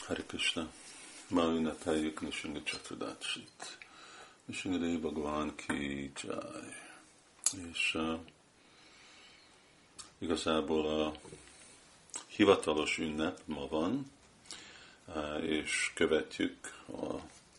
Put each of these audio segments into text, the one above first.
Hare Krishna. Ma ünnepeljük Nrisimha Csaturdásit. Nrisimha Bhagaván ki jai. És igazából a hivatalos ünnep ma van, és követjük a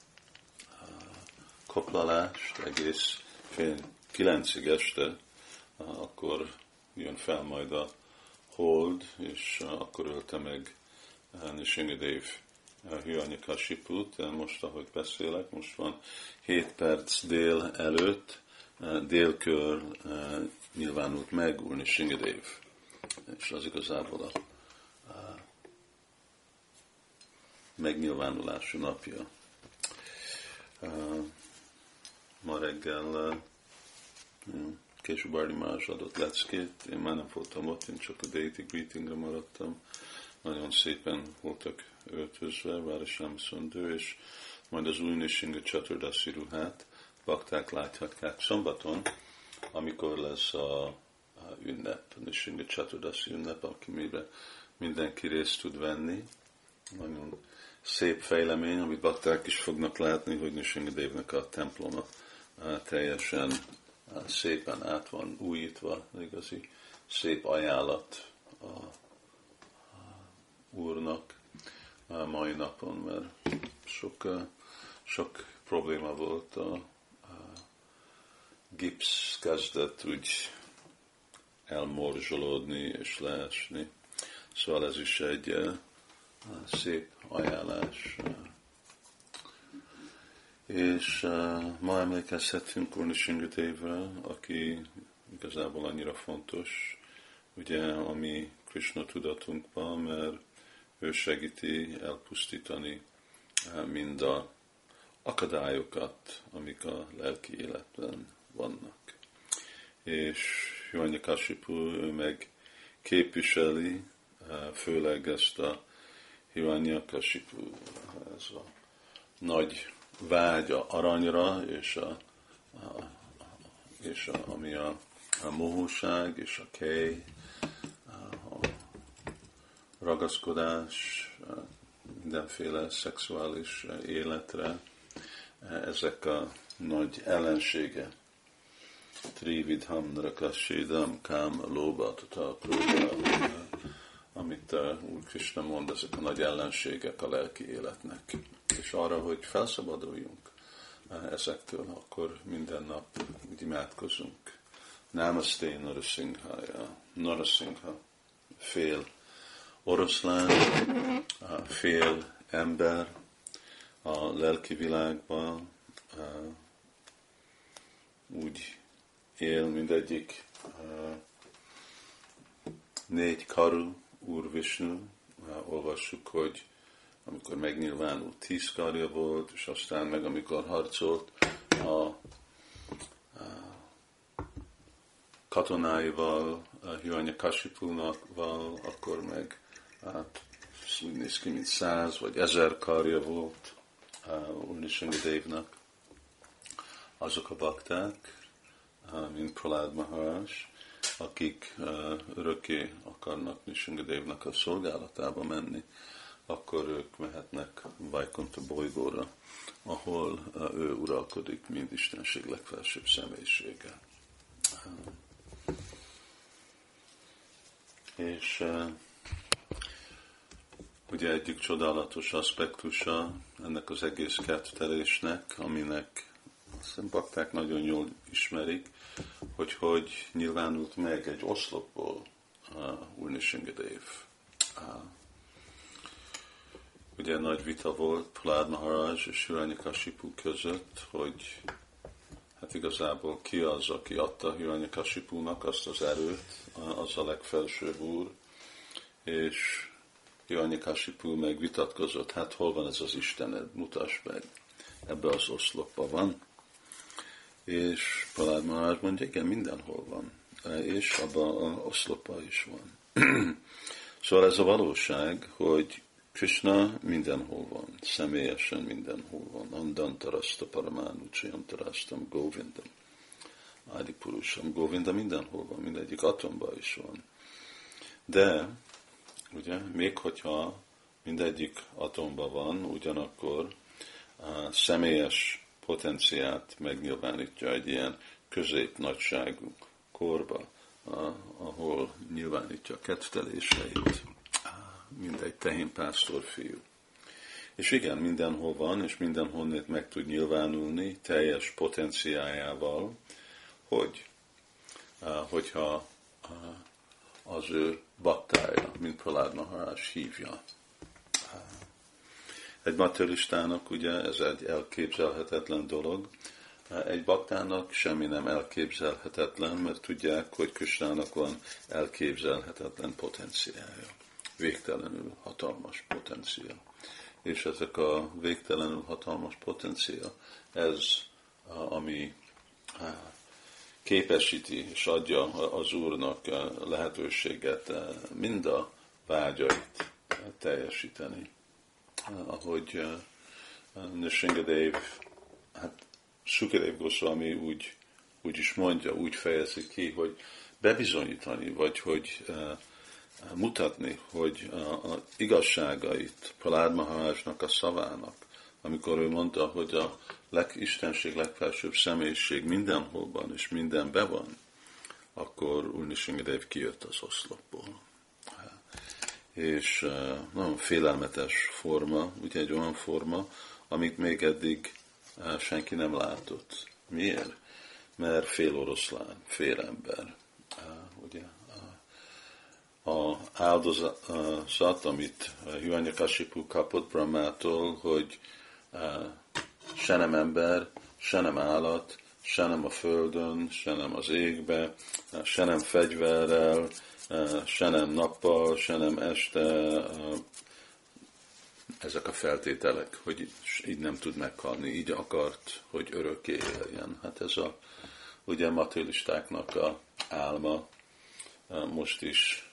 koplalást egész fél 9-ig este, akkor jön fel majd a hold, és akkor ölte meg Nrisimhadev Hiranyakasiput, de most, ahogy beszélek, most van 7 perc dél előtt, délkör nyilvánult meg Úr Nrisimhadev, és az igazából a megnyilvánulási napja. Ma reggel később Bardi Más adott leckét, én már nem voltam ott, én csak a Deity Greetingre maradtam. Nagyon szépen voltak öltözve, Városám Szöndő, és majd az új Nrisimha Csaturdasi ruhát bakták láthatják szombaton, amikor lesz a ünnep, Nrisimha Csaturdasi ünnep, amire mindenki részt tud venni. Nagyon szép fejlemény, amit bakták is fognak látni, hogy Nrisimhadevnek a temploma teljesen szépen át van újítva, igazi szép ajánlat a Úrnak a mai napon, mert sok probléma volt, a gipsz kezdett úgy elmorzsolódni és leesni. Szóval ez is egy szép ajánlás. És ma emlékezhetünk Úr Nrisimhadevre, aki igazából annyira fontos, ugye, a mi Krishna tudatunkban, mert ő segíti elpusztítani mind a akadályokat, amik a lelki életben vannak. És Hiranyakasipu, ő meg képviseli főleg ezt a Hiranyakasipu, ez a nagy vágy a aranyra, és ami a mohóság és a kej, ragaszkodás, mindenféle szexuális életre, ezek a nagy ellensége. Trividham nrakasédam kám lóba tata króba, amit Úr Krishna mond, ezek a nagy ellenségek a lelki életnek. És arra, hogy felszabaduljunk ezektől, akkor minden nap úgy imádkozunk. Namaste Narasimhaya. Narasimha, fél oroszlán, fél ember a lelki világban, úgy él mindegyik 4 karú Úr Vishnu. Olvassuk, hogy amikor megnyilvánult 10 karja volt, és aztán meg amikor harcolt a katonáival, Hiranyakasipuval, akkor meg úgy néz ki, mint 100 vagy 1000 karja volt Úr Nrisimhadevnak. Azok a bakták, mint Prahlad Maharaj, akik örökké akarnak Nrisimhadevnak a szolgálatába menni, akkor ők mehetnek Vaikuntha bolygóra, ahol ő uralkodik, mint Istenség legfelsőbb személyisége. És ugye egyik csodálatos aspektusa ennek az egész kettelésnek, aminek azt bakták nagyon jól ismerik, hogy nyilvánult meg egy oszlopból Úr Nrisimhadev. Ugye nagy vita volt Prahlad Maharaj és Hiranyakasipu között, hogy hát igazából ki az, aki adta Hiranyakasipunak azt az erőt, az a legfelsőbb úr, és Hiranyakasipu meg vitatkozott, hát hol van ez az Istened, mutasd meg, ebbe az oszlopba van. És Prahlad Maharaj mondja, igen, mindenhol van, és abban az oszlopban is van. Szóval ez a valóság, hogy Krishna mindenhol van, személyesen mindenhol van. Andantarasta Paramánucsayantarastam Govindam. Ádipurusam Govinda mindenhol van, mindegyik atomban is van. De, ugye, még hogyha mindegyik atomban van, ugyanakkor személyes potenciát megnyilvánítja egy ilyen középnagyságú korba, ahol nyilvánítja a kedvteléseit, mint egy tehénpásztor fiú. És igen, mindenhol van, és mindenhonnét meg tud nyilvánulni teljes potenciájával, hogyha az ő baktája, mint Prahlad Maharaj hívja. Egy materialistának ugye ez egy elképzelhetetlen dolog, egy baktának semmi nem elképzelhetetlen, mert tudják, hogy Krisnának van elképzelhetetlen potenciálja, végtelenül hatalmas potenciál. És ezek a végtelenül hatalmas potenciál, ez ami képesíti és adja az Úrnak lehetőséget mind a vágyait teljesíteni. Ahogy Nrsingadev, Sukadev Goswami úgy is mondja, úgy fejezi ki, hogy bebizonyítani, vagy hogy mutatni, hogy az igazságait Prahlad Maharajnak a szavának, amikor ő mondta, hogy a Istenség legfelsőbb személyiség mindenhol van, és mindenben van, akkor Úr Nrsingadev kijött az oszlopból. És nagyon félelmetes forma, ugye egy olyan forma, amit még eddig senki nem látott. Miért? Mert fél oroszlán, fél ember. Ugye a áldozat, amit Hiranyakashipu kapott Brahmától, hogy se nem ember, se nem állat, se nem a földön, se nem az égbe, se nem fegyverrel, se nem nappal, se nem este, ezek a feltételek, hogy így nem tud meghalni, így akart, hogy örökké éljen. Hát ez ugye materialistáknak a álma, most is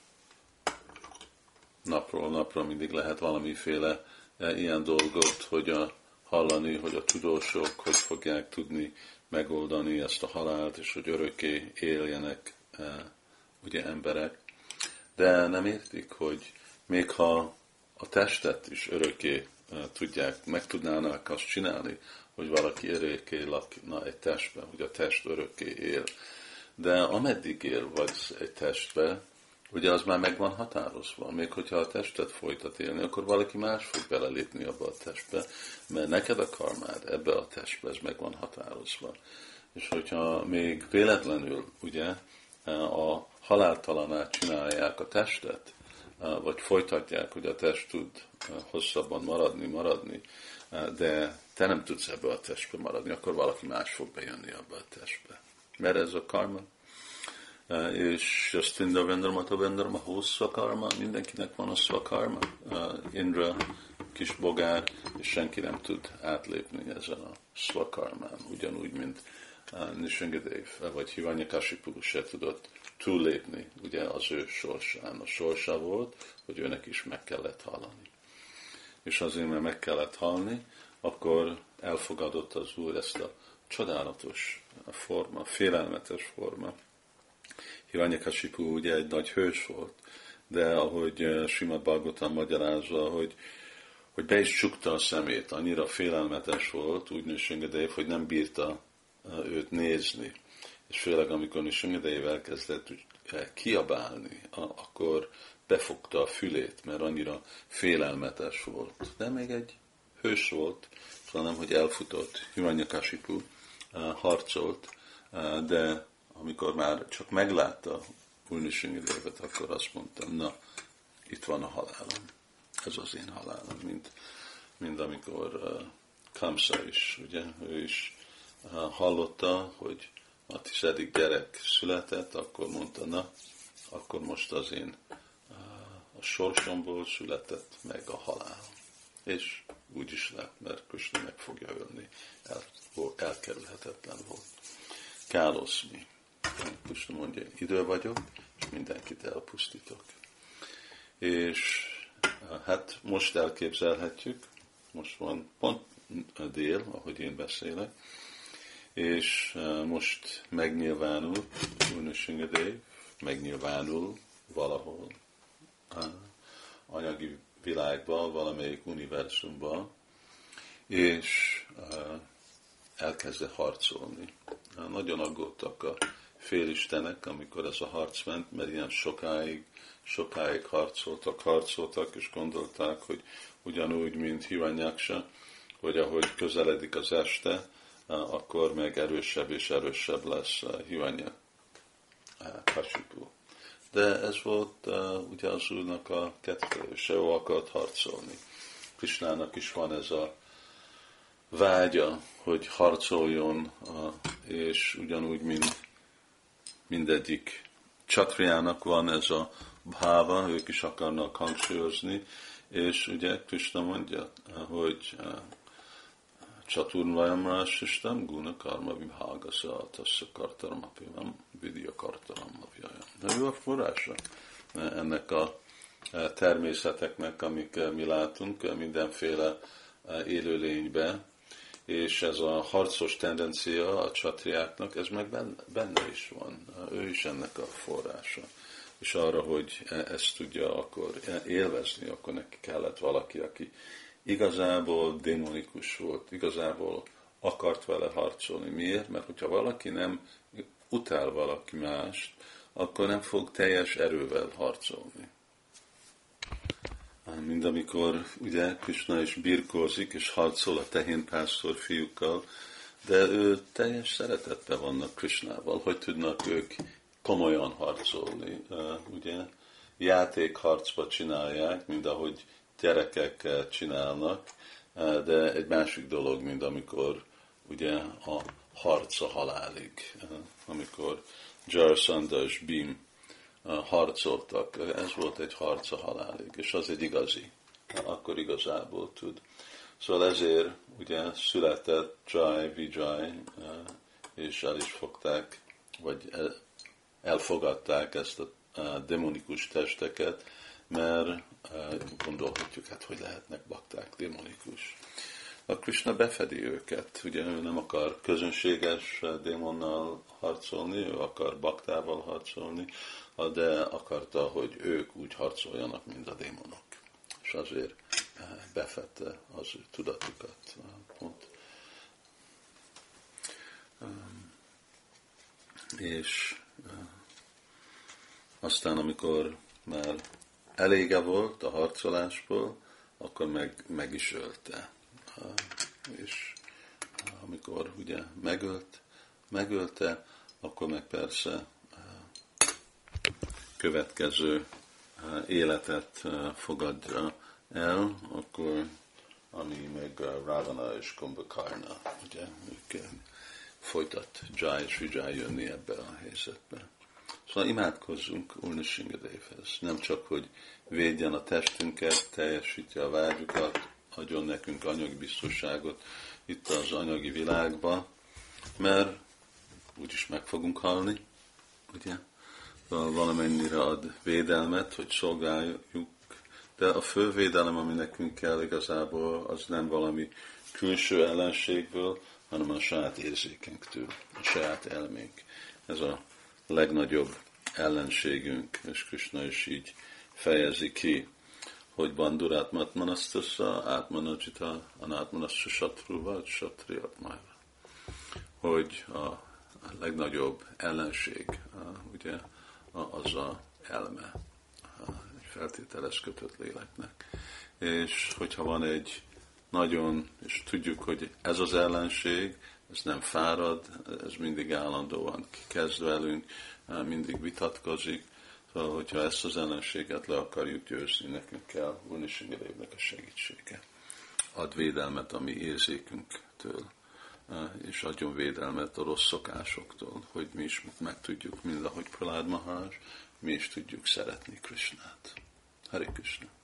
napról napra mindig lehet valamiféle ilyen dolgot, hogy hallani, hogy a tudósok hogy fogják tudni megoldani ezt a halált, és hogy örökké éljenek ugye emberek. De nem értik, hogy még ha a testet is örökké tudják, meg tudnának azt csinálni, hogy valaki örökké lakna egy testben, hogy a test örökké él. De ameddig él vagy egy testbe, ugye az már meg van határozva. Még hogyha a testet folytat élni, akkor valaki más fog belelépni abba a testbe, mert neked a karmád ebbe a testbe, ez meg van határozva. És hogyha még véletlenül, ugye, a haláltalanát csinálják a testet, vagy folytatják, hogy a test tud hosszabban maradni, de te nem tudsz ebbe a testbe maradni, akkor valaki más fog bejönni abba a testbe. Mert ez a karma. És Jastinda Vendrama, Vendrama, Hószvakarma, mindenkinek van a szvakarma. Indra, kis bogár, és senki nem tud átlépni ezen a szvakarmán, ugyanúgy, mint Nrsingadev, vagy Hiranyakashipu se tudott túllépni, ugye az ő sorsán. A sorsa volt, hogy őnek is meg kellett halni. És azért, mert meg kellett halni, akkor elfogadott az Úr ezt a csodálatos forma, félelmetes forma. Hiranyakashipu ugye egy nagy hős volt, de ahogy Srimad Bhagavatam magyarázza, hogy be is csukta a szemét, annyira félelmetes volt, úgy Nrsingadev, hogy nem bírta őt nézni. És főleg amikor Nrsingadev elkezdett kiabálni, akkor befogta a fülét, mert annyira félelmetes volt. De még egy hős volt, hanem hogy elfutott, Hiranyakashipu harcolt, de amikor már csak meglátta Úr Nrsingadevet, akkor azt mondta, na, itt van a halálom. Ez az én halálom, mint amikor Kamsa is, ugye, ő is hallotta, hogy a 10. gyerek született, akkor mondta, na, akkor most az én a sorsomból született meg a halál. És úgy is lett, mert Krishna meg fogja ölni. Elkerülhetetlen volt. Káloszmi. Krishna mondja, idő vagyok, és mindenkit elpusztítok. És hát most elképzelhetjük, most van pont dél, ahogy én beszélek, és most megnyilvánul Úr Nrsingadev, megnyilvánul valahol anyagi világba, valamelyik univerzumba, és elkezdett harcolni. Nagyon aggódtak a félistenek, amikor ez a harc ment, mert ilyen sokáig harcoltak, és gondolták, hogy ugyanúgy, mint Hiranyaksa, hogy ahogy közeledik az este, akkor meg erősebb és erősebb lesz Hiranyakashipu. De ez volt ugye az Úrnak a kedvelőse, ő akart harcolni. Krisnának is van ez a vágya, hogy harcoljon, és ugyanúgy, mint mindegyik csatriának van ez a bháva, ők is akarnak hangsúlyozni, és ugye Krishna mondja, hogy Csaturvajamrásistam guna karma vibhágasa tasza kartaramapimam vidya kartaramapjajam. De ő a forrása ennek a természeteknek, amik mi látunk mindenféle élőlénybe, és ez a harcos tendencia a csatriáknak, ez meg benne is van. Ő is ennek a forrása. És arra, hogy ezt tudja akkor élvezni, akkor neki kellett valaki, aki igazából démonikus volt, igazából akart vele harcolni. Miért? Mert hogyha valaki nem utál valaki mást, akkor nem fog teljes erővel harcolni. Mind amikor ugye Krishna is birkózik, és harcol a tehénpásztor fiúkkal, de ő teljes szeretetben vannak Krishnával, hogy tudnak ők komolyan harcolni. Ugye játékharcba csinálják, mint ahogy gyerekek csinálnak, de egy másik dolog, mint amikor ugye a harc a halálig, amikor Jarasandha és Bhim harcoltak, ez volt egy harc a halálig, és az egy igazi, akkor igazából tud. Szóval ezért ugye született Jai, Vijay, és el is fogták, vagy elfogadták ezt a demonikus testeket, mert gondolhatjuk, hát hogy lehetnek bakták demonikus. A Krishna befedi őket, ugye ő nem akar közönséges démonnal harcolni, ő akar baktával harcolni, de akarta, hogy ők úgy harcoljanak, mint a démonok. És azért befedte az ő tudatukat. Pont. És aztán, amikor már elége volt a harcolásból, akkor meg is ölte. És amikor ugye megölte, akkor meg persze következő életet fogadja el, akkor ami meg Ravana és Kumbhakarna, ugye ők folytat Jai és Vijay jönni ebbe a helyzetbe. Szóval imádkozzunk Úr Nrsingadevhez, nem csak, hogy védjen a testünket, teljesítje a vágyukat, adjon nekünk anyagi biztonságot itt az anyagi világban, mert úgyis meg fogunk halni, ugye? Valamennyire ad védelmet, hogy szolgáljuk, de a fő védelem, ami nekünk kell igazából, az nem valami külső ellenségből, hanem a saját érzékenktől, a saját elménk. Ez a legnagyobb ellenségünk, és Krishna is így fejezi ki, hogy Bandurát Matmanasztassa, Átmanajita, Anátmanasztsa Satruva, Satriatmára. Hogy a legnagyobb ellenség, ugye, az a elme, egy feltételes kötött léleknek. És hogyha van egy nagyon, és tudjuk, hogy ez az ellenség, ez nem fárad, ez mindig állandóan kezd velünk, mindig vitatkozik, szóval, hogyha ezt az ellenséget le akarjuk győzni, nekünk kell Úr Nrsingadevnek a segítsége. Ad védelmet a mi érzékünktől, és adjon védelmet a rossz szokásoktól, hogy mi is meg tudjuk, mind ahogy Prahlad Maharaj, mi is tudjuk szeretni Krishnát. Hare Krishna!